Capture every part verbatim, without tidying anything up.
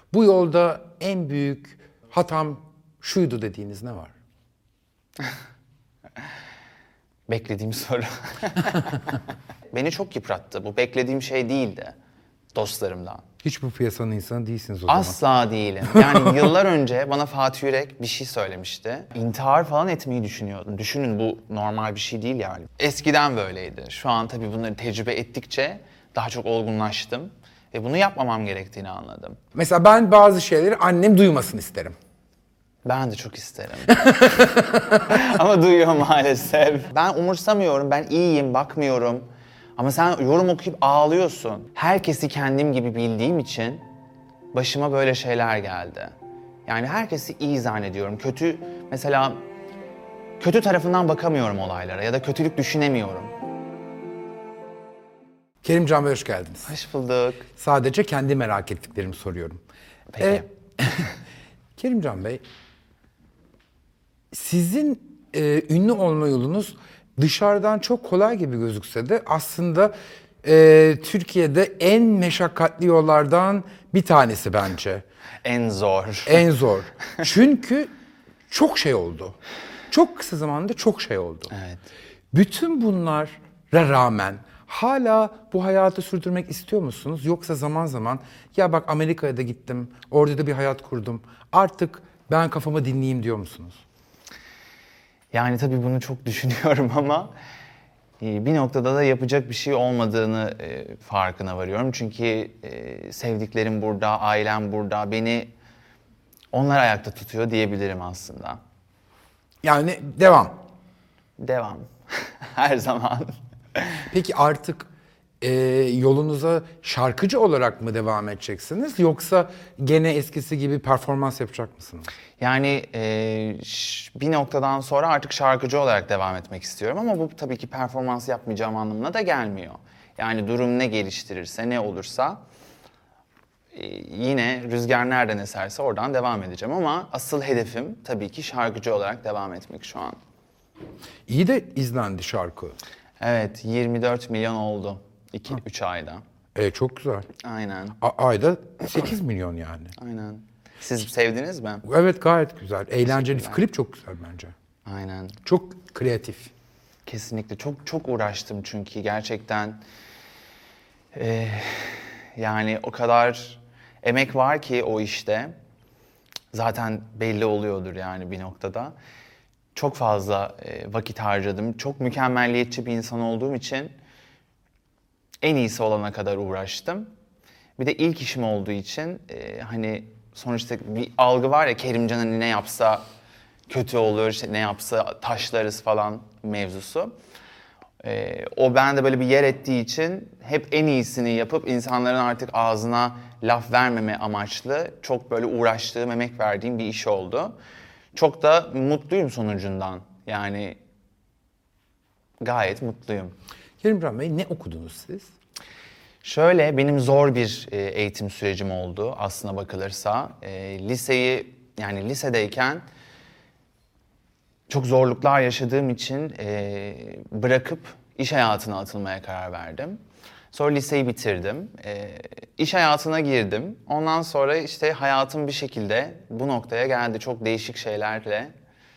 Bu yolda en büyük hatam şuydu dediğiniz ne var? Beklediğim soru. Beni çok yıprattı. Bu beklediğim şey değildi dostlarımdan. Hiç bu piyasanın insanı değilsiniz o zaman. Asla değilim. Yani yıllar önce bana Fatih Yürek bir şey söylemişti. İntihar falan etmeyi düşünüyordum. Düşünün, bu normal bir şey değil yani. Eskiden böyleydi. Şu an tabii bunları tecrübe ettikçe daha çok olgunlaştım. Ve bunu yapmamam gerektiğini anladım. Mesela ben bazı şeyleri annem duymasını isterim. Ben de çok isterim. Ama duyuyor maalesef. Ben umursamıyorum, ben iyiyim, bakmıyorum. Ama sen yorum okuyup ağlıyorsun. Herkesi kendim gibi bildiğim için başıma böyle şeyler geldi. Yani herkesi iyi zannediyorum. Kötü, mesela kötü tarafından bakamıyorum olaylara ya da kötülük düşünemiyorum. Kerimcan Bey hoş geldiniz. Hoş bulduk. Sadece kendi merak ettiklerimi soruyorum. Peki. Ee, Kerimcan Bey, sizin e, ünlü olma yolunuz dışarıdan çok kolay gibi gözükse de aslında e, Türkiye'de en meşakkatli yollardan bir tanesi bence. En zor. En zor. Çünkü çok şey oldu. Çok kısa zamanda çok şey oldu. Evet. Bütün bunlara rağmen hala bu hayatı sürdürmek istiyor musunuz? Yoksa zaman zaman ya bak Amerika'ya da gittim, orada da bir hayat kurdum. Artık ben kafamı dinleyeyim diyor musunuz? Yani tabii bunu çok düşünüyorum ama bir noktada da yapacak bir şey olmadığını farkına varıyorum. Çünkü sevdiklerim burada, ailem burada. Beni onlar ayakta tutuyor diyebilirim aslında. Yani devam. Devam. Her zaman. Peki artık e, yolunuza şarkıcı olarak mı devam edeceksiniz? Yoksa gene eskisi gibi performans yapacak mısınız? Yani e, ş- bir noktadan sonra artık şarkıcı olarak devam etmek istiyorum ama bu tabii ki performans yapmayacağım anlamına da gelmiyor. Yani durum ne geliştirirse, ne olursa e, yine rüzgar nereden eserse oradan devam edeceğim ama asıl hedefim tabii ki şarkıcı olarak devam etmek şu an. İyi de izlendi şarkı. Evet, yirmi dört milyon oldu iki üç ayda. E, çok güzel. Aynen, A- ayda sekiz milyon yani. aynen. Siz sevdiniz mi? Evet, gayet güzel. Eğlenceli. Teşekkürler. Klip çok güzel bence. Aynen. Çok kreatif. Kesinlikle. Çok çok uğraştım çünkü gerçekten e, yani o kadar emek var ki o işte. Zaten belli oluyordur yani bir noktada. Çok fazla e, vakit harcadım. Çok mükemmelliyetçi bir insan olduğum için en iyisi olana kadar uğraştım. Bir de ilk işim olduğu için e, hani sonuçta bir algı var ya, Kerimcan hani ne yapsa kötü olur, işte ne yapsa taşlarız falan mevzusu. E, o bende böyle bir yer ettiği için hep en iyisini yapıp insanların artık ağzına laf vermeme amaçlı çok böyle uğraştığım, emek verdiğim bir iş oldu. Çok da mutluyum sonucundan. Yani gayet mutluyum. Kerimcan Bey, ne okudunuz siz? Şöyle, benim zor bir e, eğitim sürecim oldu aslına bakılırsa. E, liseyi, yani lisedeyken çok zorluklar yaşadığım için e, bırakıp iş hayatına atılmaya karar verdim. Sonra liseyi bitirdim. E, iş hayatına girdim. Ondan sonra işte hayatım bir şekilde bu noktaya geldi. Çok değişik şeylerle.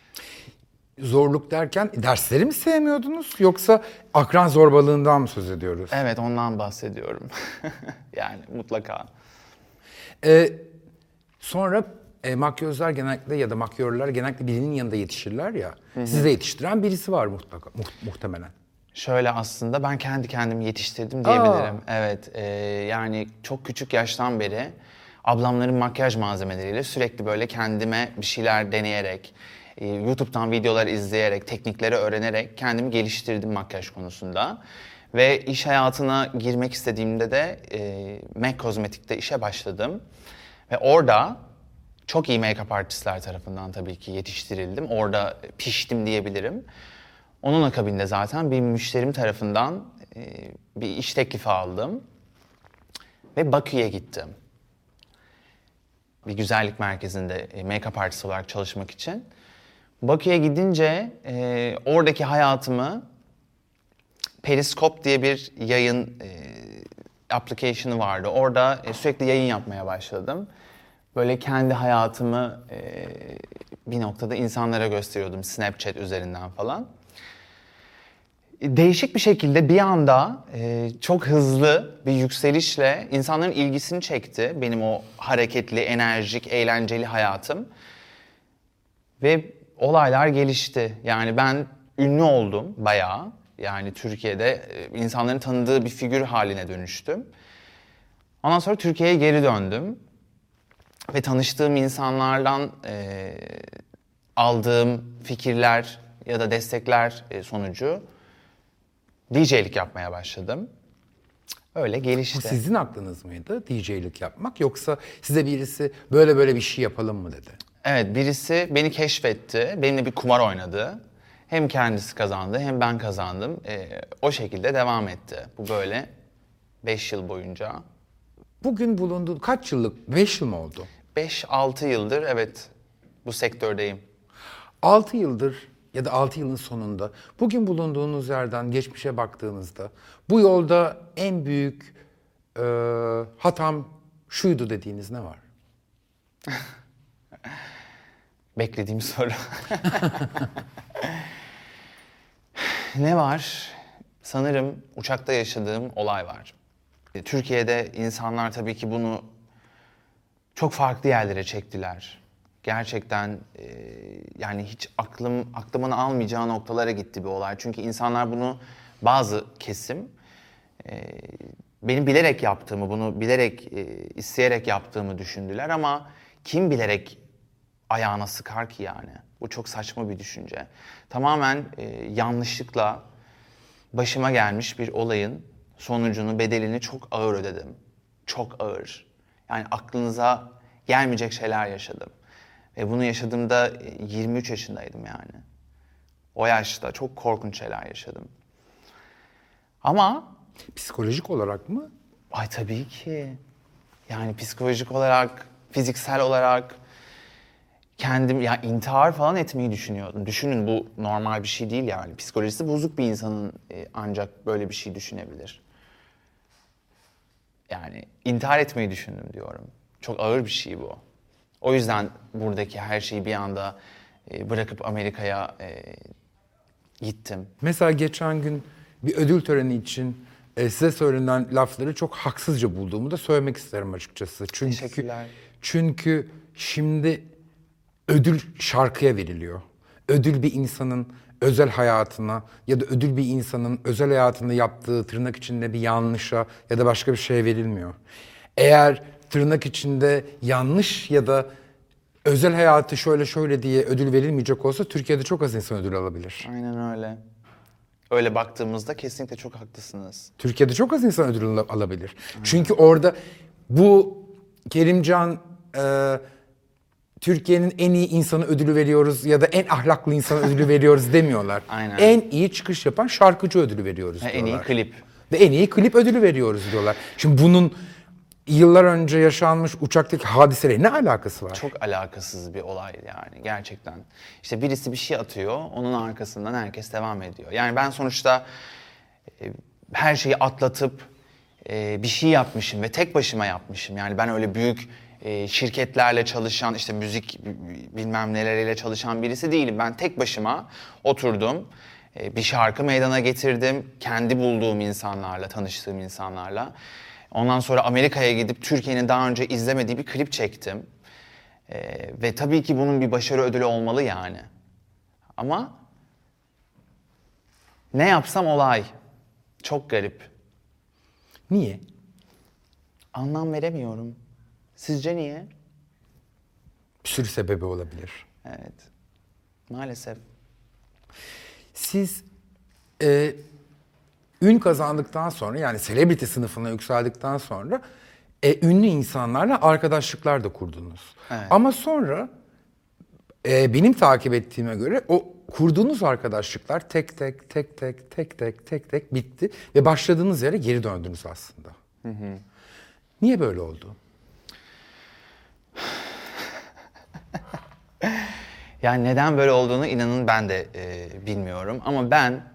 Zorluk derken dersleri mi sevmiyordunuz yoksa akran zorbalığından mı söz ediyoruz? Evet, ondan bahsediyorum. Yani mutlaka. Ee, sonra e, makyözler genellikle ya da makyörler genellikle birinin yanında yetişirler ya. Sizi de yetiştiren birisi var mutlaka, mu- muhtemelen. Şöyle, aslında ben kendi kendimi yetiştirdim diyebilirim. Aa. Evet, e, yani çok küçük yaştan beri ablamların makyaj malzemeleriyle sürekli böyle kendime bir şeyler deneyerek, e, YouTube'dan videolar izleyerek, teknikleri öğrenerek kendimi geliştirdim makyaj konusunda. Ve iş hayatına girmek istediğimde de e, MAC Kozmetik'te işe başladım. Ve orada çok iyi make-up artistler tarafından tabii ki yetiştirildim. Orada piştim diyebilirim. Onun akabinde zaten bir müşterim tarafından e, bir iş teklifi aldım ve Bakü'ye gittim. Bir güzellik merkezinde e, make-up artist olarak çalışmak için. Bakü'ye gidince e, oradaki hayatımı Periscope diye bir yayın e, application'ı vardı. Orada e, sürekli yayın yapmaya başladım. böyle kendi hayatımı e, bir noktada insanlara gösteriyordum Snapchat üzerinden falan. Değişik bir şekilde bir anda e, çok hızlı bir yükselişle insanların ilgisini çekti benim o hareketli, enerjik, eğlenceli hayatım. Ve olaylar gelişti. Yani ben ünlü oldum bayağı. Yani Türkiye'de e, insanların tanıdığı bir figür haline dönüştüm. Ondan sonra Türkiye'ye geri döndüm. Ve tanıştığım insanlardan e, aldığım fikirler ya da destekler e, sonucu D J'lik yapmaya başladım. Öyle Bu gelişti. sizin aklınız mıydı D J'lik yapmak, yoksa size birisi böyle böyle bir şey yapalım mı dedi? Evet, birisi beni keşfetti, benimle bir kumar oynadı. Hem kendisi kazandı hem ben kazandım. E, o şekilde devam etti. Bu böyle beş yıl boyunca. Bugün bulunduğun kaç yıllık, beş yıl mı oldu? beş altı yıldır evet bu sektördeyim. altı yıldır ya da altı yılın sonunda bugün bulunduğunuz yerden geçmişe baktığınızda bu yolda en büyük e, hatam şuydu dediğiniz ne var? Beklediğim soru. Ne var? Sanırım uçakta yaşadığım olay var. E, Türkiye'de insanlar tabii ki bunu çok farklı yerlere çektiler. Gerçekten e, yani hiç aklım aklımın almayacağı noktalara gitti bir olay. Çünkü insanlar bunu, bazı kesim e, benim bilerek yaptığımı, bunu bilerek e, isteyerek yaptığımı düşündüler ama kim bilerek ayağına sıkar ki yani? Bu çok saçma bir düşünce. Tamamen e, yanlışlıkla başıma gelmiş bir olayın sonucunu, bedelini çok ağır ödedim. Çok ağır. Yani aklınıza gelmeyecek şeyler yaşadım. Ve bunu yaşadığımda yirmi üç yaşındaydım yani. O yaşta çok korkunç şeyler yaşadım. Ama Psikolojik olarak mı? ay tabii ki. Yani psikolojik olarak, fiziksel olarak kendim ya intihar falan etmeyi düşünüyordum. Düşünün, bu normal bir şey değil yani. Psikolojisi bozuk bir insanın e, ancak böyle bir şey düşünebilir. Yani intihar etmeyi düşündüm diyorum. Çok ağır bir şey bu. O yüzden buradaki her şeyi bir anda e, bırakıp Amerika'ya e, gittim. Mesela geçen gün bir ödül töreni için e, size söylenen lafları çok haksızca bulduğumu da söylemek isterim açıkçası. Çünkü Teşekkürler. çünkü şimdi ödül şarkıya veriliyor. Ödül bir insanın özel hayatına ya da ödül bir insanın özel hayatında yaptığı tırnak içinde bir yanlışa ya da başka bir şeye verilmiyor. Eğer tırnak içinde yanlış ya da özel hayatı şöyle şöyle diye ödül verilmeyecek olsa Türkiye'de çok az insan ödül alabilir. Aynen öyle. Öyle baktığımızda kesinlikle çok haklısınız. Türkiye'de çok az insan ödül al- alabilir. Çünkü orada bu Kerimcan e, Türkiye'nin en iyi insanı ödülü veriyoruz ya da en ahlaklı insanı ödülü veriyoruz demiyorlar. Aynen. En iyi çıkış yapan şarkıcı ödülü veriyoruz Ha, diyorlar. en iyi klip. Ve en iyi klip ödülü veriyoruz diyorlar. Şimdi bunun yıllar önce yaşanmış uçaktaki hadiseyle ne alakası var? Çok alakasız bir olay yani gerçekten. İşte birisi bir şey atıyor, onun arkasından herkes devam ediyor. Yani ben sonuçta e, her şeyi atlatıp e, bir şey yapmışım ve tek başıma yapmışım. Yani ben öyle büyük e, şirketlerle çalışan, işte müzik bilmem neleriyle çalışan birisi değilim. Ben tek başıma oturdum, e, bir şarkı meydana getirdim. Kendi bulduğum insanlarla, tanıştığım insanlarla. Ondan sonra Amerika'ya gidip Türkiye'nin daha önce izlemediği bir klip çektim. Ee, ve tabii ki bunun bir başarı ödülü olmalı yani. Ama ne yapsam olay. Çok garip. Niye? Anlam veremiyorum. Sizce niye? Bir sürü sebebi olabilir. Evet. Maalesef. Siz e, ün kazandıktan sonra, yani selebriti sınıfına yükseldikten sonra e, ünlü insanlarla arkadaşlıklar da kurdunuz. Evet. Ama sonra e, benim takip ettiğime göre o kurduğunuz arkadaşlıklar tek tek tek tek tek tek tek tek bitti ve başladığınız yere geri döndünüz aslında. Hı hı. Niye böyle oldu? Yani neden böyle olduğunu inanın ben de e, bilmiyorum. Ama ben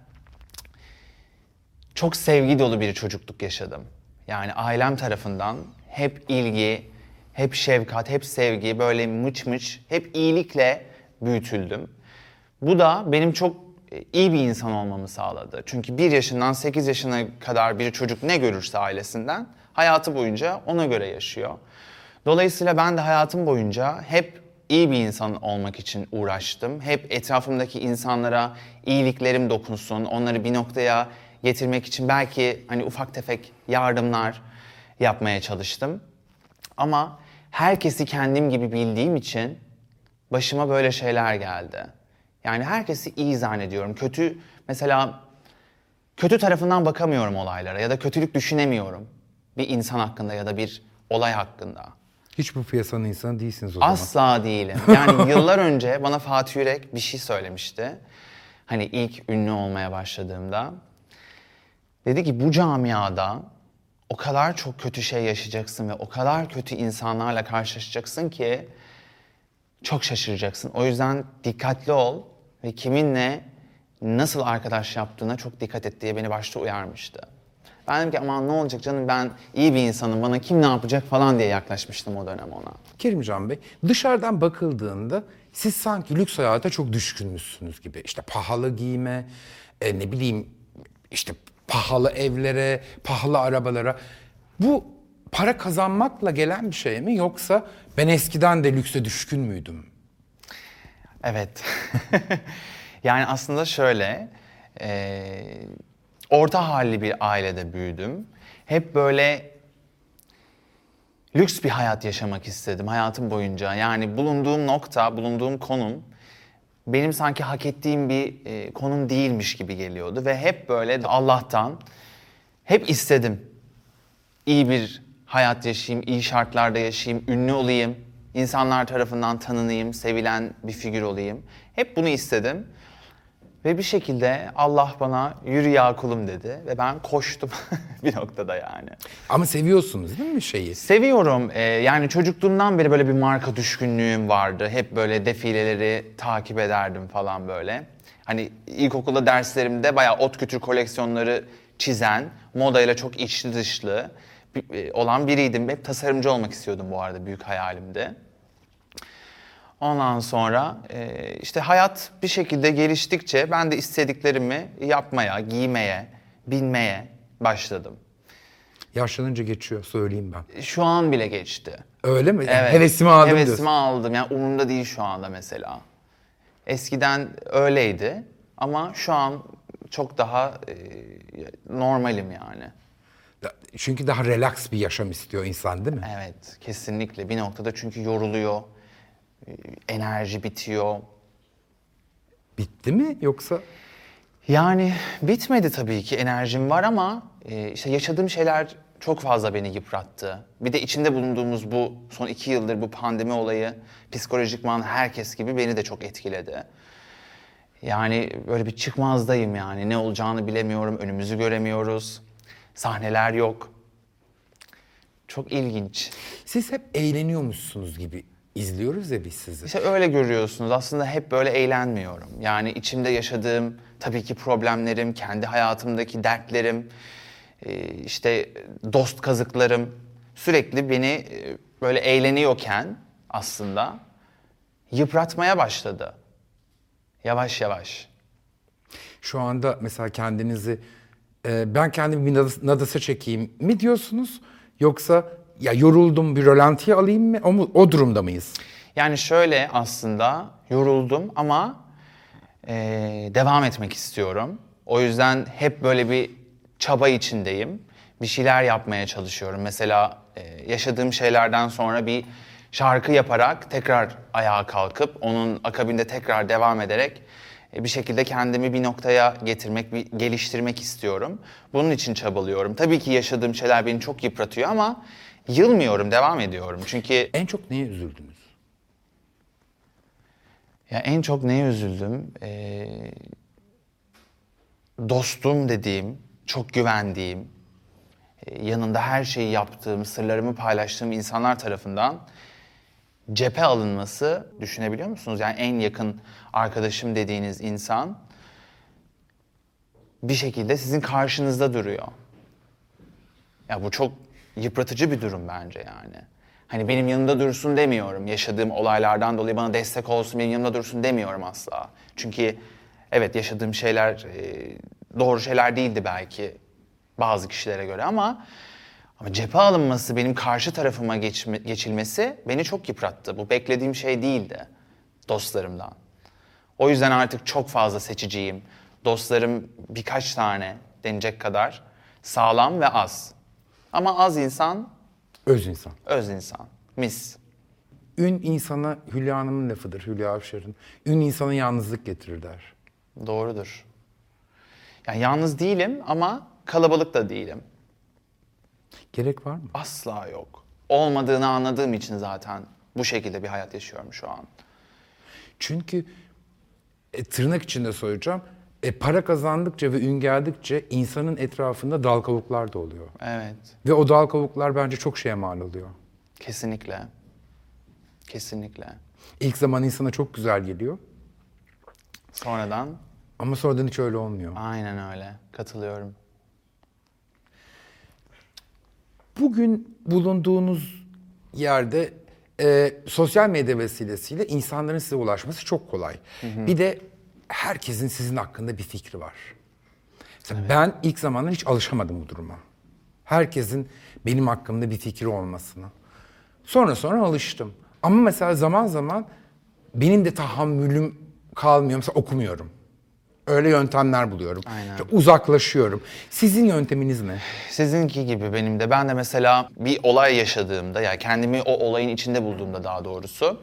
çok sevgi dolu bir çocukluk yaşadım. Yani ailem tarafından hep ilgi, hep şefkat, hep sevgi, böyle mıç mıç, hep iyilikle büyütüldüm. Bu da benim çok iyi bir insan olmamı sağladı. Çünkü bir yaşından sekiz yaşına kadar bir çocuk ne görürse ailesinden hayatı boyunca ona göre yaşıyor. Dolayısıyla ben de hayatım boyunca hep iyi bir insan olmak için uğraştım. Hep etrafımdaki insanlara iyiliklerim dokunsun, onları bir noktaya getirmek için belki hani ufak tefek yardımlar yapmaya çalıştım. Ama herkesi kendim gibi bildiğim için başıma böyle şeyler geldi. Yani herkesi iyi zannediyorum. Kötü, mesela kötü tarafından bakamıyorum olaylara ya da kötülük düşünemiyorum bir insan hakkında ya da bir olay hakkında. Hiç bu piyasanın insanı değilsiniz o zaman. Asla değilim. Yani yıllar önce bana Fatih Yürek bir şey söylemişti. Hani ilk ünlü olmaya başladığımda. Dedi ki bu camiada o kadar çok kötü şey yaşayacaksın ve o kadar kötü insanlarla karşılaşacaksın ki çok şaşıracaksın. O yüzden dikkatli ol ve kiminle nasıl arkadaş yaptığına çok dikkat et diye beni başta uyarmıştı. Ben dedim ki aman ne olacak canım, ben iyi bir insanım, bana kim ne yapacak falan diye yaklaşmıştım o dönem ona. Kerimcan Bey, dışarıdan bakıldığında siz sanki lüks hayata çok düşkünmüşsünüz gibi. İşte pahalı giyime, e, ne bileyim işte pahalı evlere, pahalı arabalara. Bu para kazanmakla gelen bir şey mi, yoksa ben eskiden de lükse düşkün müydüm? Evet. Yani aslında şöyle, e, orta halli bir ailede büyüdüm. Hep böyle lüks bir hayat yaşamak istedim hayatım boyunca. Yani bulunduğum nokta, bulunduğum konum benim sanki hak ettiğim bir e, konum değilmiş gibi geliyordu. Ve hep böyle Allah'tan hep istedim. İyi bir hayat yaşayayım, iyi şartlarda yaşayayım, ünlü olayım, insanlar tarafından tanınayım, sevilen bir figür olayım. Hep bunu istedim. Ve bir şekilde Allah bana yürü ya kulum dedi ve ben koştum bir noktada yani. Ama seviyorsunuz değil mi şeyi? Seviyorum. Ee, yani çocukluğumdan beri böyle bir marka düşkünlüğüm vardı. Hep böyle defileleri takip ederdim falan böyle. Hani ilkokulda derslerimde bayağı ot kütür koleksiyonları çizen, modayla çok içli dışlı bir- olan biriydim. Hep tasarımcı olmak istiyordum bu arada, büyük hayalimde. Ondan sonra e, işte hayat bir şekilde geliştikçe ben de istediklerimi yapmaya, giymeye, binmeye başladım. Yaşlanınca geçiyor, söyleyeyim ben. Şu an bile geçti. Öyle mi? Evet. Hevesimi aldım Hevesimi diyorsun. aldım. Yani umurumda değil şu anda mesela. Eskiden öyleydi ama şu an çok daha e, normalim yani. Çünkü daha relax bir yaşam istiyor insan değil mi? Evet, kesinlikle. Bir noktada çünkü yoruluyor, e, enerji bitiyor. Bitti mi yoksa? Yani bitmedi tabii ki, enerjim var ama e, işte yaşadığım şeyler çok fazla beni yıprattı. Bir de içinde bulunduğumuz bu son iki yıldır bu pandemi olayı psikolojikman herkes gibi beni de çok etkiledi. Yani böyle bir çıkmazdayım yani, ne olacağını bilemiyorum, önümüzü göremiyoruz, sahneler yok. Çok ilginç. Siz hep eğleniyormuşsunuz gibi izliyoruz ya biz sizi. İşte öyle görüyorsunuz. Aslında hep böyle eğlenmiyorum. Yani içimde yaşadığım tabii ki problemlerim, kendi hayatımdaki dertlerim, e, işte dost kazıklarım sürekli beni e, böyle eğleniyorken aslında yıpratmaya başladı. Yavaş yavaş. Şu anda mesela kendinizi e, ben kendimi bir nadas- nadasa çekeyim mi diyorsunuz? Yoksa ya yoruldum bir rölantiye alayım mı? O, mu, o durumda mıyız? Yani şöyle, aslında yoruldum ama e, devam etmek istiyorum. O yüzden hep böyle bir çaba içindeyim. Bir şeyler yapmaya çalışıyorum. Mesela e, yaşadığım şeylerden sonra bir şarkı yaparak tekrar ayağa kalkıp onun akabinde tekrar devam ederek e, bir şekilde kendimi bir noktaya getirmek, bir geliştirmek istiyorum. Bunun için çabalıyorum. Tabii ki yaşadığım şeyler beni çok yıpratıyor ama yılmıyorum, devam ediyorum. Çünkü En çok neye üzüldünüz? ya en çok neye üzüldüm? Ee, dostum dediğim, çok güvendiğim, e, yanında her şeyi yaptığım, sırlarımı paylaştığım insanlar tarafından cephe alınması, düşünebiliyor musunuz? Yani en yakın arkadaşım dediğiniz insan bir şekilde sizin karşınızda duruyor. Ya bu çok yıpratıcı bir durum bence yani. Hani benim yanımda dursun demiyorum. Yaşadığım olaylardan dolayı bana destek olsun, benim yanımda dursun demiyorum asla. Çünkü evet yaşadığım şeyler e, doğru şeyler değildi belki bazı kişilere göre ama ama cephe alınması, benim karşı tarafıma geçme, geçilmesi beni çok yıprattı. Bu beklediğim şey değildi dostlarımdan. O yüzden artık çok fazla seçiciyim. Dostlarım birkaç tane denecek kadar sağlam ve az. Ama az insan, Öz insan. öz insan. Mis. Ün insana, Hülya Hanım'ın lafıdır, Hülya Avşar'ın. Ün insana yalnızlık getirir der. Doğrudur. Yani yalnız değilim ama kalabalık da değilim. Gerek var mı? Asla yok. Olmadığını anladığım için zaten bu şekilde bir hayat yaşıyorum şu an. Çünkü e, tırnak içinde söyleyeceğim. E, para kazandıkça ve ün geldikçe insanın etrafında dal kavuklar da oluyor. Evet. Ve o dal kavuklar bence çok şeye mal oluyor. Kesinlikle. Kesinlikle. İlk zaman insana çok güzel geliyor. Sonradan Ama sonradan hiç öyle olmuyor. aynen öyle. Katılıyorum. Bugün bulunduğunuz yerde e, sosyal medya vesilesiyle insanların size ulaşması çok kolay. Hı hı. Bir de herkesin sizin hakkında bir fikri var. Mesela evet. Ben ilk zamanlar hiç alışamadım bu duruma. Herkesin benim hakkımda bir fikri olmasına. Sonra sonra alıştım. Ama mesela zaman zaman benim de tahammülüm kalmıyor. Mesela okumuyorum. Öyle yöntemler buluyorum. Aynen. İşte uzaklaşıyorum. Sizin yönteminiz ne? Sizinki gibi benim de. Ben de mesela bir olay yaşadığımda, yani kendimi o olayın içinde bulduğumda daha doğrusu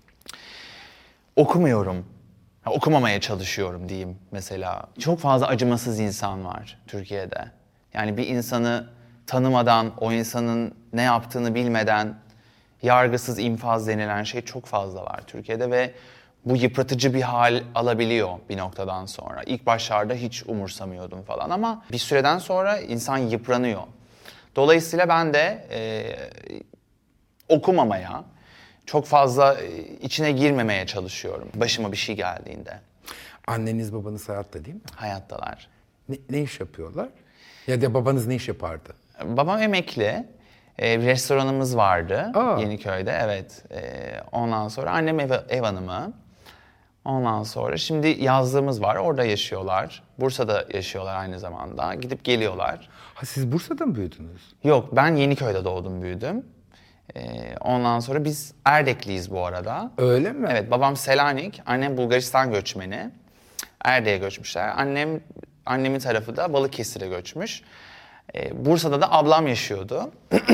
okumuyorum. Ya, okumamaya çalışıyorum diyeyim mesela. Çok fazla acımasız insan var Türkiye'de. Yani bir insanı tanımadan, o insanın ne yaptığını bilmeden yargısız infaz denilen şey çok fazla var Türkiye'de ve bu yıpratıcı bir hal alabiliyor bir noktadan sonra. İlk başlarda hiç umursamıyordum falan ama bir süreden sonra insan yıpranıyor. Dolayısıyla ben de e, okumamaya, çok fazla e, içine girmemeye çalışıyorum başıma bir şey geldiğinde. Anneniz babanız hayatta değil mi? Hayattalar. Ne, ne iş yapıyorlar? Ya da babanız ne iş yapardı? Babam emekli. E, bir restoranımız vardı Aa. Yeniköy'de. Evet. E, ondan sonra annem ev, ev hanımı. Ondan sonra şimdi yazlığımız var. Orada yaşıyorlar. Bursa'da yaşıyorlar aynı zamanda. Gidip geliyorlar. Ha siz Bursa'da mı büyüdünüz? Yok, ben Yeniköy'de doğdum, büyüdüm. Ee, ondan sonra biz Erdekliyiz bu arada. Öyle mi? Evet, babam Selanik, annem Bulgaristan göçmeni. Erdek'e göçmüşler. Annem, annemin tarafı da Balıkesir'e göçmüş. Ee, Bursa'da da ablam yaşıyordu.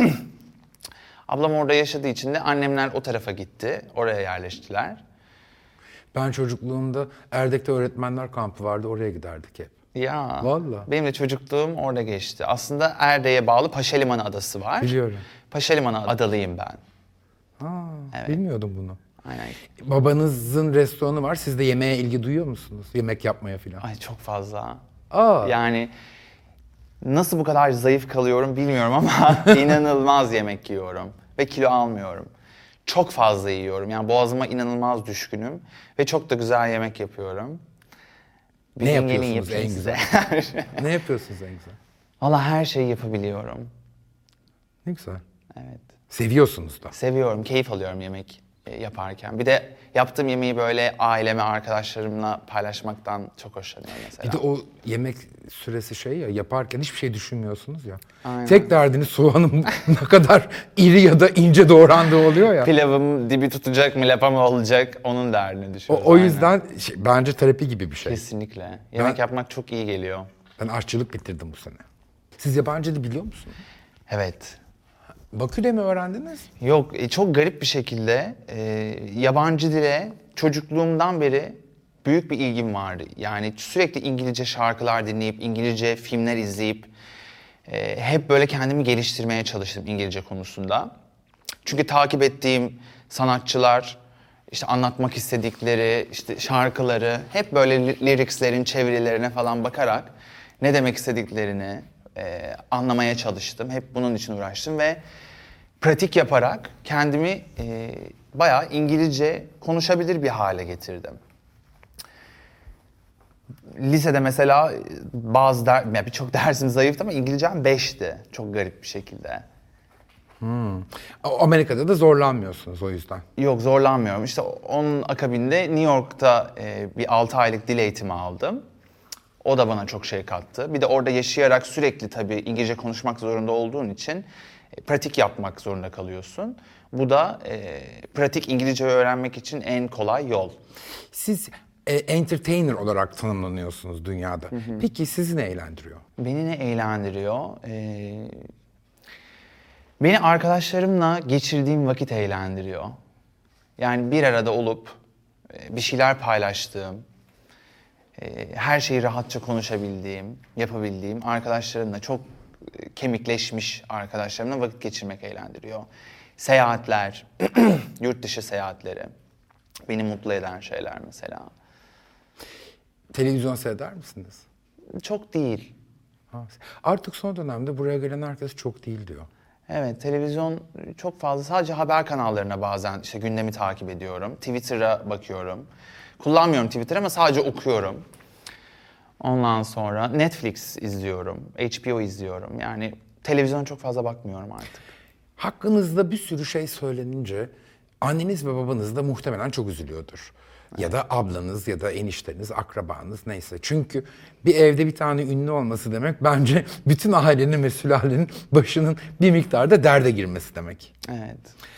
Ablam orada yaşadığı için de annemler o tarafa gitti. Oraya yerleştiler. Ben çocukluğumda Erdek'te öğretmenler kampı vardı. Oraya giderdik hep. Ya. Vallahi. Benim de çocukluğum orada geçti. Aslında Erdek'e bağlı Paşalimanı Adası var. Biliyorum. Paşalimanı adalıyım ben. Ha, Evet. Bilmiyordum bunu. Aynen. Babanızın restoranı var. Siz de yemeğe ilgi duyuyor musunuz? Yemek yapmaya falan. Ay çok fazla. Aa. Yani nasıl bu kadar zayıf kalıyorum bilmiyorum ama inanılmaz yemek yiyorum. Ve kilo almıyorum. Çok fazla yiyorum. Yani boğazıma inanılmaz düşkünüm. Ve çok da güzel yemek yapıyorum. Bir Ne gün gelin yapıyorsunuz en yapayım güzel? size. Ne yapıyorsunuz en güzel? Valla her şeyi yapabiliyorum. Ne güzel. Evet. Seviyorsunuz da. Seviyorum, keyif alıyorum yemek e, yaparken. Bir de yaptığım yemeği böyle aileme, arkadaşlarımla paylaşmaktan çok hoşlanıyorum mesela. Bir de o yemek süresi şey ya, yaparken hiçbir şey düşünmüyorsunuz ya. Aynen. Tek derdiniz soğanın ne kadar iri ya da ince doğrandığı oluyor ya. Pilavım dibi tutacak mı, lapa mı olacak, onun derdini O, düşünüyorum. o yüzden şey, bence terapi gibi bir şey. Kesinlikle. Yemek Ben- yapmak çok iyi geliyor. Ben aşçılık bitirdim bu sene. Siz yabancı dil biliyor musunuz? Evet. Bakü'de mi öğrendiniz? Yok, e, çok garip bir şekilde e, yabancı dile çocukluğumdan beri büyük bir ilgim vardı. Yani sürekli İngilizce şarkılar dinleyip, İngilizce filmler izleyip e, hep böyle kendimi geliştirmeye çalıştım İngilizce konusunda. Çünkü takip ettiğim sanatçılar, işte anlatmak istedikleri, işte şarkıları hep böyle li- lyricslerin çevirilerine falan bakarak ne demek istediklerini e, anlamaya çalıştım. Hep bunun için uğraştım ve pratik yaparak kendimi e, bayağı İngilizce konuşabilir bir hale getirdim. Lisede mesela bazı der, yani birçok dersim zayıftı ama İngilizcem beşti çok garip bir şekilde. Amerika'da da zorlanmıyorsunuz o yüzden. Yok, zorlanmıyorum. İşte onun akabinde New York'ta e, bir altı aylık dil eğitimi aldım. O da bana çok şey kattı. Bir de orada yaşayarak sürekli tabii İngilizce konuşmak zorunda olduğun için e, pratik yapmak zorunda kalıyorsun. Bu da e, pratik İngilizce öğrenmek için en kolay yol. Siz e, entertainer olarak tanımlanıyorsunuz dünyada. Hı hı. Peki sizi ne eğlendiriyor? Beni ne eğlendiriyor? Ee, beni arkadaşlarımla geçirdiğim vakit eğlendiriyor. Yani bir arada olup e, bir şeyler paylaştığım, e, her şeyi rahatça konuşabildiğim, yapabildiğim arkadaşlarımla, çok e, kemikleşmiş arkadaşlarımla vakit geçirmek eğlendiriyor. Seyahatler, yurt dışı seyahatleri beni mutlu eden şeyler mesela. Televizyon seyreder misiniz? Çok değil. Artık son dönemde buraya gelen herkes çok değil diyor. Evet, televizyon çok fazla. Sadece haber kanallarına bazen işte gündemi takip ediyorum. Twitter'a bakıyorum. Kullanmıyorum Twitter ama sadece okuyorum. Ondan sonra Netflix izliyorum, H B O izliyorum. Yani televizyon çok fazla bakmıyorum artık. Hakkınızda bir sürü şey söylenince anneniz ve babanız da muhtemelen çok üzülüyordur. Ya da ablanız ya da enişteniz, akrabanız neyse. Çünkü bir evde bir tane ünlü olması demek bence bütün ailenin ve sülalenin başının bir miktarda derde girmesi demek. Evet.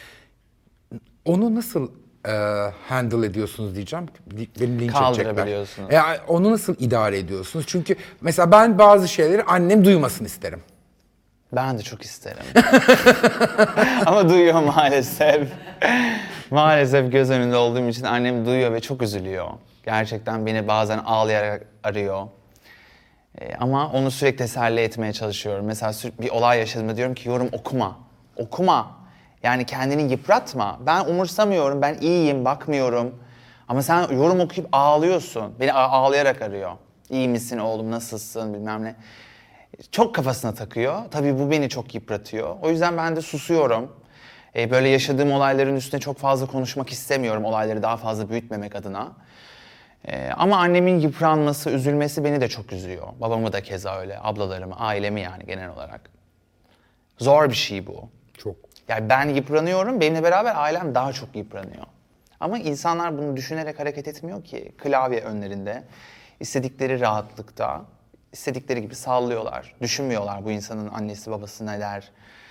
Onu nasıl e, handle ediyorsunuz diyeceğim. Beni linç Kaldırabiliyorsunuz. edecekler. E, onu nasıl idare ediyorsunuz? Çünkü mesela ben bazı şeyleri annem duymasın isterim. Ben de çok isterim. Ama duyuyor maalesef. Maalesef göz önünde olduğum için annem duyuyor ve çok üzülüyor. Gerçekten beni bazen ağlayarak arıyor. Ee, ama onu sürekli teselli etmeye çalışıyorum. Mesela bir olay yaşadığımda diyorum ki yorum okuma. Okuma. Yani kendini yıpratma. Ben umursamıyorum, ben iyiyim, bakmıyorum. Ama sen yorum okuyup ağlıyorsun. Beni ağlayarak arıyor. İyi misin oğlum, nasılsın bilmem ne. Çok kafasına takıyor. Tabii bu beni çok yıpratıyor. O yüzden ben de susuyorum. Ee, böyle yaşadığım olayların üstüne çok fazla konuşmak istemiyorum. Olayları daha fazla büyütmemek adına. Ee, ama annemin yıpranması, üzülmesi beni de çok üzüyor. Babamı da keza öyle. Ablalarımı, ailemi yani genel olarak. Zor bir şey bu. Çok. Yani ben yıpranıyorum, benimle beraber ailem daha çok yıpranıyor. Ama insanlar bunu düşünerek hareket etmiyor ki. Klavye önlerinde, istedikleri rahatlıkta, istedikleri gibi sallıyorlar. Düşünmüyorlar bu insanın annesi babası ne der.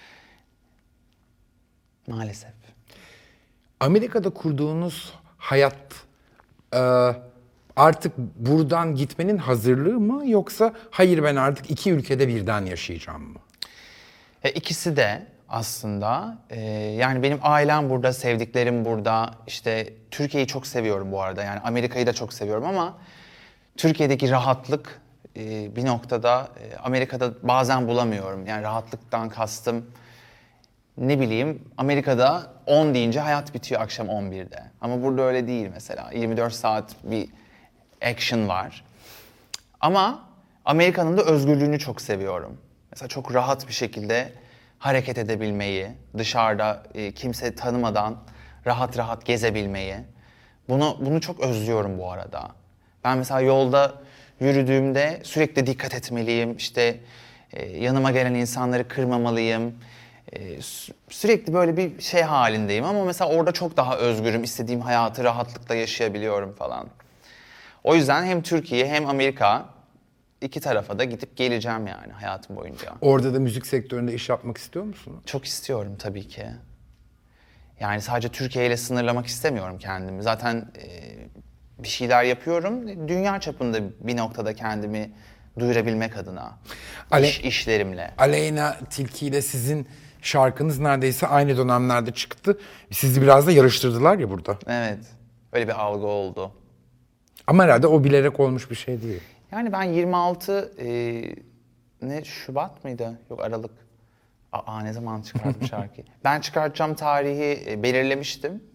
Maalesef. Amerika'da kurduğunuz hayat e, artık buradan gitmenin hazırlığı mı yoksa hayır ben artık iki ülkede birden yaşayacağım mı? E, ikisi de aslında. E, yani benim ailem burada, sevdiklerim burada. İşte Türkiye'yi çok seviyorum bu arada. Yani Amerika'yı da çok seviyorum ama Türkiye'deki rahatlık e, bir noktada e, Amerika'da bazen bulamıyorum. Yani rahatlıktan kastım ne bileyim Amerika'da on deyince hayat bitiyor akşam on birde. Ama burada öyle değil mesela. yirmi dört saat bir action var. Ama Amerika'nın da özgürlüğünü çok seviyorum. Mesela çok rahat bir şekilde hareket edebilmeyi, dışarıda e, kimse tanımadan rahat rahat gezebilmeyi. Bunu bunu çok özlüyorum bu arada. Ben mesela yolda yürüdüğümde sürekli dikkat etmeliyim. İşte e, yanıma gelen insanları kırmamalıyım. E, sü- sürekli böyle bir şey halindeyim ama mesela orada çok daha özgürüm. İstediğim hayatı rahatlıkla yaşayabiliyorum falan. O yüzden hem Türkiye hem Amerika iki tarafa da gidip geleceğim yani hayatım boyunca. Orada da müzik sektöründe iş yapmak istiyor musun? Çok istiyorum tabii ki. Yani sadece Türkiye ile sınırlamak istemiyorum kendimi. Zaten e, bir şeyler yapıyorum. Dünya çapında bir noktada kendimi duyurabilmek adına. Ale- İş, işlerimle. Aleyna Tilki ile sizin şarkınız neredeyse aynı dönemlerde çıktı. Sizi biraz da yarıştırdılar ya burada. Evet. Öyle bir algı oldu. Ama herhalde o bilerek olmuş bir şey değil. Yani ben yirmi altı e, ne Şubat mıydı? Yok Aralık. Aa ne zaman çıkardım şarkıyı? Ben çıkartacağım tarihi e, belirlemiştim.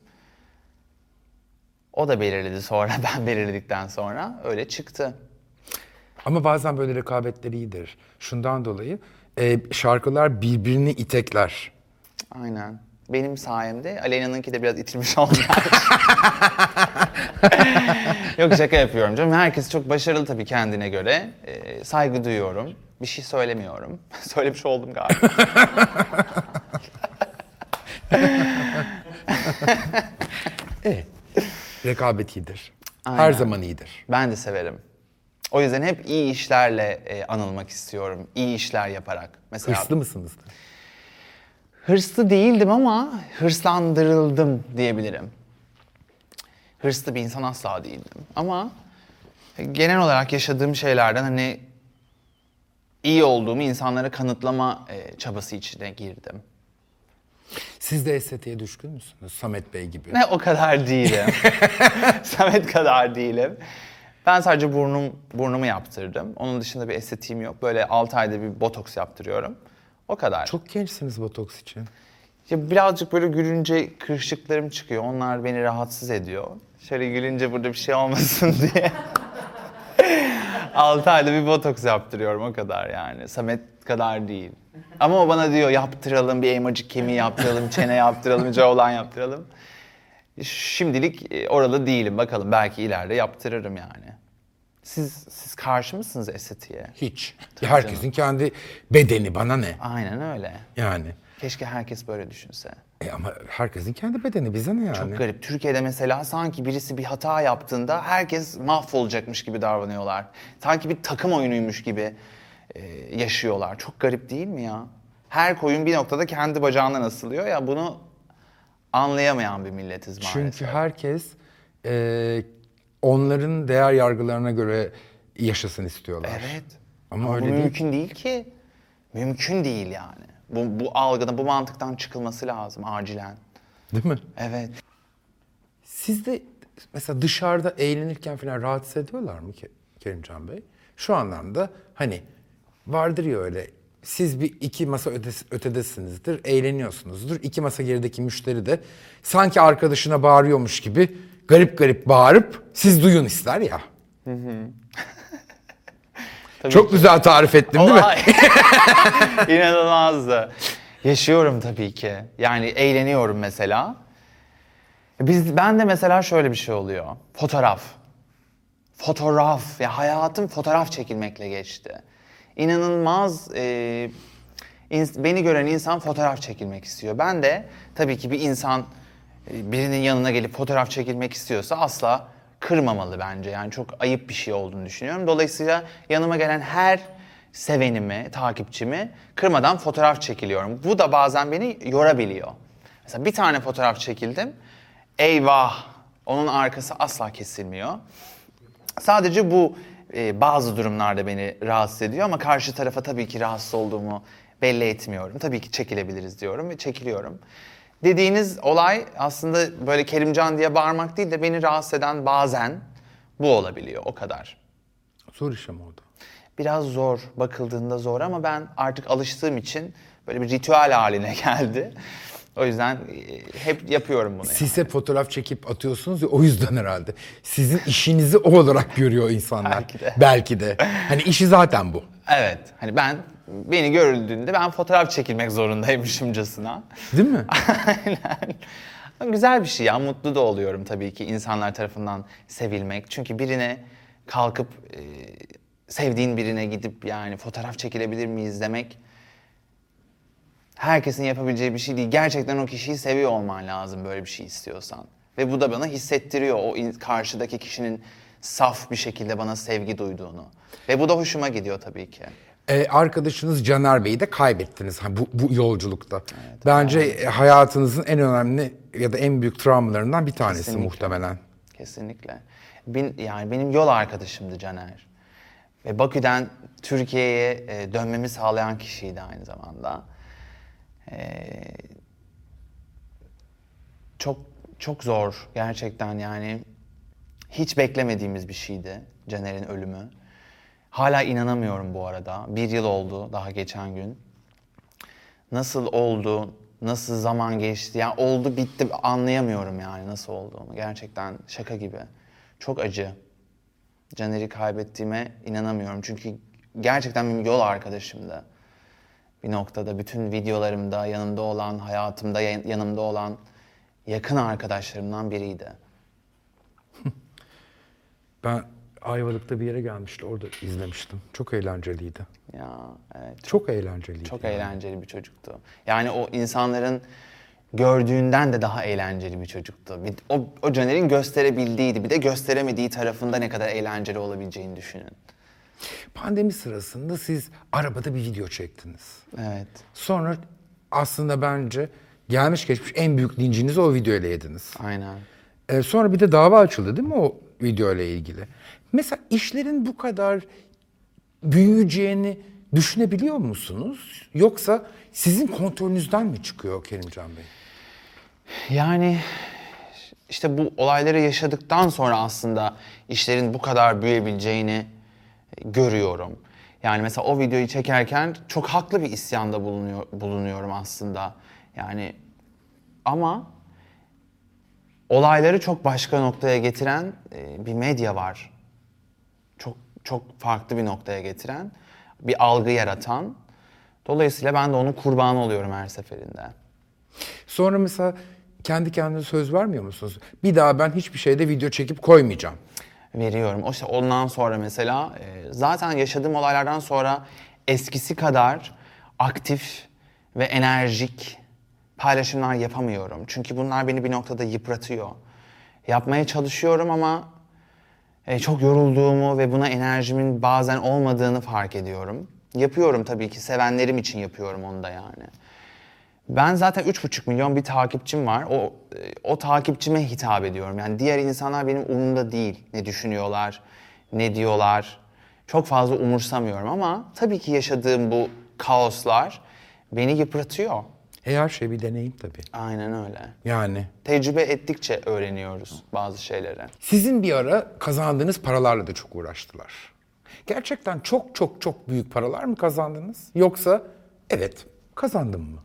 O da belirledi sonra, ben belirledikten sonra öyle çıktı. Ama bazen böyle rekabetler iyidir. Şundan dolayı e, şarkılar birbirini itekler. Aynen. Benim sayemde Aleyna'nınki de biraz itilmiş oldu. Yok şaka yapıyorum canım. Herkes çok başarılı tabii kendine göre. Ee, saygı duyuyorum. Bir şey söylemiyorum. Söylemiş oldum galiba. E, rekabet iyidir. Her Aynen. zaman iyidir. Ben de severim. O yüzden hep iyi işlerle e, anılmak istiyorum. İyi işler yaparak. Mesela Hırslı mısınızdır? hırslı değildim ama hırslandırıldım diyebilirim. Hırslı bir insan asla değildim. Ama genel olarak yaşadığım şeylerden hani iyi olduğumu insanlara kanıtlama e, çabası içine girdim. Siz de estetiğe düşkün müsünüz? Samet Bey gibi. Ne o kadar değilim. Samet kadar değilim. Ben sadece burnum burnumu yaptırdım. Onun dışında bir estetiğim yok. Böyle altı ayda bir botoks yaptırıyorum. O kadar. Çok gençsiniz botoks için. Ya birazcık böyle gülünce kırışıklarım çıkıyor. Onlar beni rahatsız ediyor. Şöyle gülünce burada bir şey olmasın diye. altı ayda bir botoks yaptırıyorum, o kadar yani. Samet kadar değil. Ama o bana diyor yaptıralım, bir elmacık kemiği yaptıralım, çene yaptıralım, jawline yaptıralım. Şimdilik e, oralı değilim. Bakalım belki ileride yaptırırım yani. Siz siz karşı mısınız estetiğe? Hiç. Herkesin kendi bedeni, bana ne? Aynen öyle. Yani. Keşke herkes böyle düşünse. E ama herkesin kendi bedeni, bize ne yani? Çok garip. Türkiye'de mesela sanki birisi bir hata yaptığında herkes mahvolacakmış gibi davranıyorlar. Sanki bir takım oyunuymuş gibi e, yaşıyorlar. Çok garip değil mi ya? Her koyun bir noktada kendi bacağından asılıyor ya, bunu anlayamayan bir milletiz maalesef. Çünkü herkes e, onların değer yargılarına göre yaşasın istiyorlar. Evet. Ama Ama öyle bu değil. mümkün değil ki. Mümkün değil yani. Bu, bu algıdan, bu mantıktan çıkılması lazım acilen. Değil mi? Evet. Siz de mesela dışarıda eğlenirken falan rahatsız ediyorlar mı Ke- Kerimcan Bey? Şu anlamda hani vardır ya öyle, siz bir iki masa ötesi, ötedesinizdir, eğleniyorsunuzdur. İki masa gerideki müşteri de sanki arkadaşına bağırıyormuş gibi garip garip bağırıp siz duyun ister ya. Tabii Çok ki. güzel tarif ettim değil mi? Olay. İnanılmazdı. Yaşıyorum tabii ki. Yani eğleniyorum mesela. Biz, ben de mesela şöyle bir şey oluyor. Fotoğraf. Fotoğraf. Ya hayatım fotoğraf çekilmekle geçti. İnanılmaz e, ins- beni gören insan fotoğraf çekilmek istiyor. Ben de tabii ki bir insan e, birinin yanına gelip fotoğraf çekilmek istiyorsa asla kırmamalı bence. Yani çok ayıp bir şey olduğunu düşünüyorum. Dolayısıyla yanıma gelen her sevenimi, takipçimi kırmadan fotoğraf çekiliyorum. Bu da bazen beni yorabiliyor. Mesela bir tane fotoğraf çekildim. Eyvah! Onun arkası asla kesilmiyor. Sadece bu e, bazı durumlarda beni rahatsız ediyor ama karşı tarafa tabii ki rahatsız olduğumu belli etmiyorum. Tabii ki çekilebiliriz diyorum ve çekiliyorum. Dediğiniz olay aslında böyle Kerimcan diye bağırmak değil de beni rahatsız eden bazen bu olabiliyor, o kadar. Zor iş ama o da. Biraz zor, bakıldığında zor ama ben artık alıştığım için böyle bir ritüel haline geldi. O yüzden e, hep yapıyorum bunu. Siz yani. hep fotoğraf çekip atıyorsunuz ya, o yüzden herhalde. Sizin işinizi o olarak görüyor insanlar. Belki de. Belki de. Hani işi zaten bu. Evet, hani ben beni görüldüğünde ben fotoğraf çekilmek zorundaymışımcasına. Değil mi? Aynen. Güzel bir şey ya, mutlu da oluyorum tabii ki insanlar tarafından sevilmek. Çünkü birine kalkıp e, sevdiğin birine gidip yani fotoğraf çekilebilir miyiz demek herkesin yapabileceği bir şey değil. Gerçekten o kişiyi seviyor olman lazım böyle bir şey istiyorsan. Ve bu da bana hissettiriyor o in- karşıdaki kişinin saf bir şekilde bana sevgi duyduğunu. Ve bu da hoşuma gidiyor tabii ki. Ee, arkadaşınız Caner Bey'i de kaybettiniz ha, bu, bu yolculukta. Bence e, hayatınızın en önemli ya da en büyük travmalarından bir tanesi Kesinlikle. muhtemelen. Kesinlikle. Bin, yani benim yol arkadaşımdı Caner. Ve Bakü'den Türkiye'ye e, dönmemi sağlayan kişiydi aynı zamanda. E, çok çok zor gerçekten, yani hiç beklemediğimiz bir şeydi Caner'in ölümü. Hala inanamıyorum bu arada. Bir yıl oldu daha geçen gün. Nasıl oldu, nasıl zaman geçti, yani oldu bitti anlayamıyorum yani nasıl olduğunu. Gerçekten şaka gibi. Çok acı. Caner'i kaybettiğime inanamıyorum. Çünkü gerçekten benim yol arkadaşımdı. Bir noktada bütün videolarımda yanımda olan, hayatımda yanımda olan yakın arkadaşlarımdan biriydi. Ben Ayvalık'ta bir yere gelmişti, orada izlemiştim. Çok eğlenceliydi. Ya evet. Çok eğlenceliydi. Çok yani. eğlenceli bir çocuktu. Yani o insanların gördüğünden de daha eğlenceli bir çocuktu. Bir, o, o Caner'in gösterebildiğiydi. Bir de gösteremediği tarafında ne kadar eğlenceli olabileceğini düşünün. Pandemi sırasında siz arabada bir video çektiniz. Evet. Sonra aslında bence gelmiş geçmiş en büyük lincinizi o videoyla yediniz. Aynen. Ee, sonra bir de dava açıldı değil mi o videoyla ilgili? Mesela işlerin bu kadar büyüyeceğini düşünebiliyor musunuz? Yoksa sizin kontrolünüzden mi çıkıyor Kerimcan Bey? Yani işte bu olayları yaşadıktan sonra aslında işlerin bu kadar büyüyebileceğini görüyorum. Yani mesela o videoyu çekerken çok haklı bir isyanda bulunuyor, bulunuyorum aslında. Yani ama olayları çok başka noktaya getiren e, bir medya var. Çok çok farklı bir noktaya getiren, bir algı yaratan. Dolayısıyla ben de onun kurbanı oluyorum her seferinde. Sonra mesela kendi kendine söz vermiyor musunuz? Bir daha ben hiçbir şeyde video çekip koymayacağım. Veriyorum. O işte ondan sonra mesela e, zaten yaşadığım olaylardan sonra eskisi kadar aktif ve enerjik paylaşımlar yapamıyorum. Çünkü bunlar beni bir noktada yıpratıyor. Yapmaya çalışıyorum ama e, çok yorulduğumu ve buna enerjimin bazen olmadığını fark ediyorum. Yapıyorum tabii ki, sevenlerim için yapıyorum onu da yani. Ben zaten üç buçuk milyon bir takipçim var. O o takipçime hitap ediyorum. Yani diğer insanlar benim umurumda değil. Ne düşünüyorlar, ne diyorlar. Çok fazla umursamıyorum ama tabii ki yaşadığım bu kaoslar beni yıpratıyor. E her şey bir deneyim tabii. Aynen öyle. Yani Tecrübe ettikçe öğreniyoruz bazı şeyleri. sizin bir ara kazandığınız paralarla da çok uğraştılar. Gerçekten çok çok çok büyük paralar mı kazandınız? Yoksa evet kazandım mı?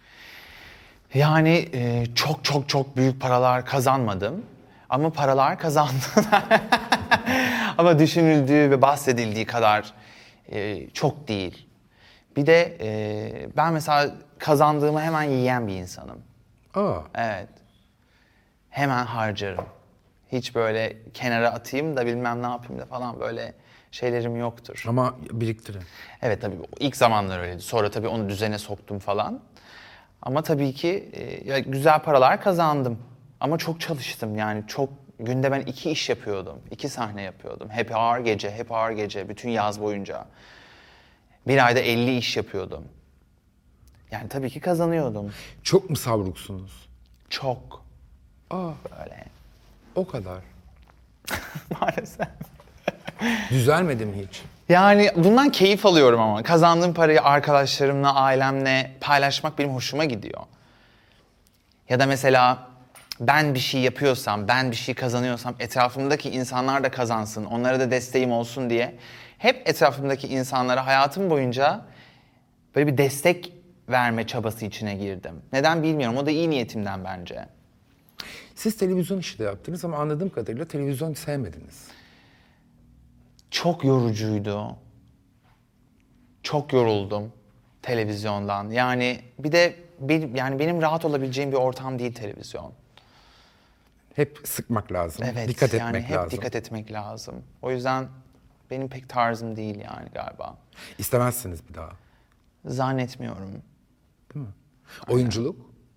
Yani e, çok çok çok büyük paralar kazanmadım. Ama paralar kazandım. Ama düşünüldüğü ve bahsedildiği kadar e, çok değil. Bir de e, ben mesela kazandığımı hemen yiyen bir insanım. Aa, Evet. Hemen harcarım. Hiç böyle kenara atayım da bilmem ne yapayım da falan böyle şeylerim yoktur. ama biriktirin. Evet tabii ilk zamanlar öyleydi. Sonra tabii onu düzene soktum falan. Ama tabii ki e, ya güzel paralar kazandım. Ama çok çalıştım yani çok günde ben iki iş yapıyordum. İki sahne yapıyordum. Hep ağır gece, hep ağır gece bütün yaz boyunca. Bir ayda elli iş yapıyordum. Yani tabii ki kazanıyordum. Çok mu savruksunuz? Çok. Aa, Böyle o kadar. maalesef. Düzelmedi mi hiç? Yani bundan keyif alıyorum ama. Kazandığım parayı arkadaşlarımla, ailemle paylaşmak benim hoşuma gidiyor. Ya da mesela ben bir şey yapıyorsam, ben bir şey kazanıyorsam etrafımdaki insanlar da kazansın, onlara da desteğim olsun diye hep etrafımdaki insanlara hayatım boyunca böyle bir destek verme çabası içine girdim. Neden bilmiyorum. O da iyi niyetimden bence. Siz televizyon işi de yaptınız ama anladığım kadarıyla televizyon sevmediniz. Çok yorucuydu. Çok yoruldum televizyondan. Yani bir de benim, yani benim rahat olabileceğim bir ortam değil televizyon. Hep sıkmak lazım, Evet, dikkat yani etmek hep lazım. dikkat etmek lazım. O yüzden benim pek tarzım değil yani galiba. İstemezsiniz bir daha. Zannetmiyorum. Oyunculuk?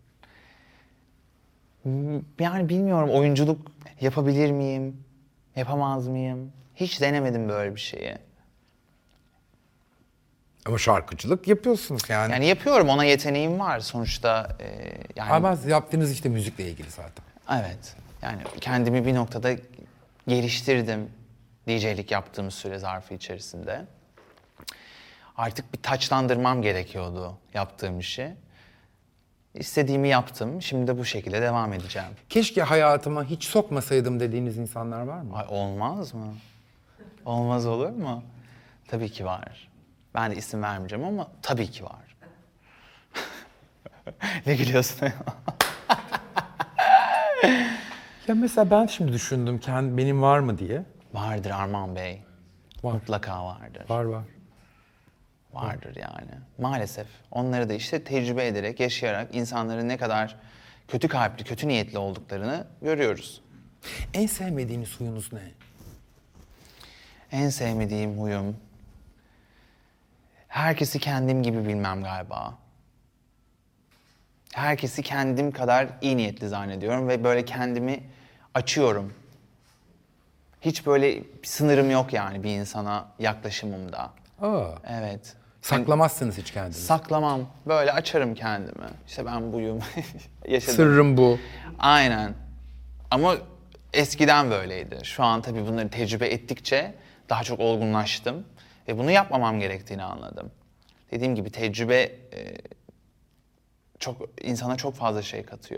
Yani bilmiyorum oyunculuk yapabilir miyim? Yapamaz mıyım? Hiç denemedim böyle bir şeyi. Ama şarkıcılık yapıyorsunuz yani. Yani yapıyorum, ona yeteneğim var sonuçta. E, yani Ama yaptığınız işte müzikle ilgili zaten. evet. Yani kendimi bir noktada geliştirdim D J'lik yaptığım süre zarfı içerisinde. Artık bir taçlandırmam gerekiyordu yaptığım işi. İstediğimi yaptım. Şimdi de bu şekilde devam edeceğim. Keşke hayatıma hiç sokmasaydım dediğiniz insanlar var mı? Ay olmaz mı? Olmaz olur mu? Tabii ki var. Ben de isim vermeyeceğim ama tabii ki var. Ne gülüyorsun? Ya mesela ben şimdi düşündüm kendi benim var mı diye. Vardır Arman Bey. Var. Mutlaka vardır. Var var. Vardır yani. Maalesef. Onları da işte tecrübe ederek, yaşayarak insanların ne kadar kötü kalpli, kötü niyetli olduklarını görüyoruz. En sevmediğiniz huyunuz ne? En sevmediğim huyum, herkesi kendim gibi bilmem galiba. Herkesi kendim kadar iyi niyetli zannediyorum ve böyle kendimi açıyorum. Hiç böyle bir sınırım yok yani bir insana yaklaşımımda. Aa, Evet. saklamazsınız hiç kendinizi. Saklamam. Böyle açarım kendimi. İşte ben buyum. Yaşadım. Sırrım bu. Aynen. Ama eskiden böyleydi. Şu an tabii bunları tecrübe ettikçe daha çok olgunlaştım. Ve bunu yapmamam gerektiğini anladım. Dediğim gibi tecrübe e, çok insana çok fazla şey katıyor.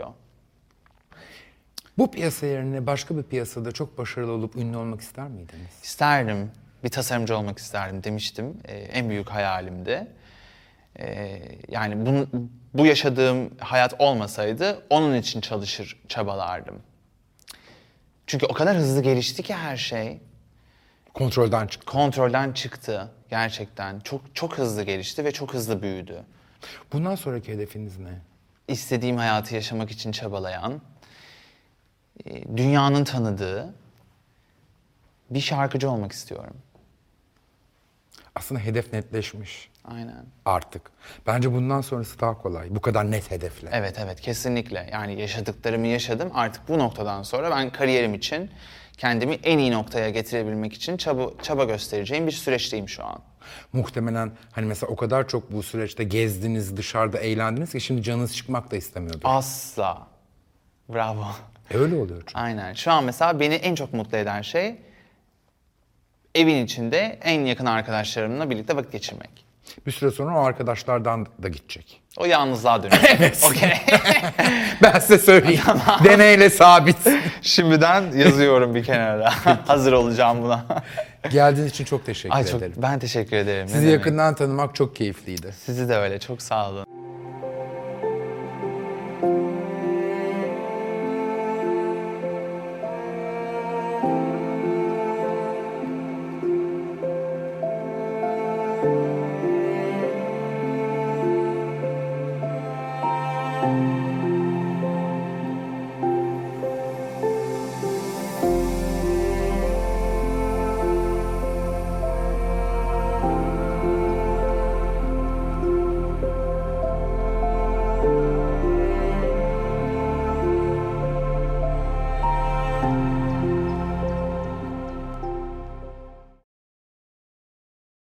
Bu piyasa yerine başka bir piyasada çok başarılı olup ünlü olmak ister miydiniz? İsterdim. Bir tasarımcı olmak isterdim demiştim. Ee, en büyük hayalimdi. Ee, yani bu, bu yaşadığım hayat olmasaydı onun için çalışır, çabalardım. Çünkü o kadar hızlı gelişti ki her şey. Kontrolden çıktı. Kontrolden çıktı gerçekten. Çok çok hızlı gelişti ve çok hızlı büyüdü. Bundan sonraki hedefiniz ne? İstediğim hayatı yaşamak için çabalayan, e, dünyanın tanıdığı bir şarkıcı olmak istiyorum. Aslında hedef netleşmiş Aynen. artık. Bence bundan sonrası daha kolay. Bu kadar net hedefle. Evet evet kesinlikle. Yani yaşadıklarımı yaşadım. Artık bu noktadan sonra ben kariyerim için kendimi en iyi noktaya getirebilmek için çaba, çaba göstereceğim bir süreçteyim şu an. Muhtemelen hani mesela o kadar çok bu süreçte gezdiniz, dışarıda eğlendiniz ki şimdi canınız çıkmak da istemiyordur. Asla. Bravo. E öyle oluyor çünkü. Aynen. Şu an mesela beni en çok mutlu eden şey evin içinde en yakın arkadaşlarımla birlikte vakit geçirmek. Bir süre sonra o arkadaşlardan da gidecek. O yalnızlığa dönüyor. Evet. Okey. Ben size söyleyeyim. Deneyle sabit. Şimdiden yazıyorum bir kenara. Hazır olacağım buna. Geldiğiniz için çok teşekkür Ay çok, ederim. ben teşekkür ederim. Ne Sizi demek. yakından tanımak çok keyifliydi. Sizi de öyle. Çok sağ olun. Thank you.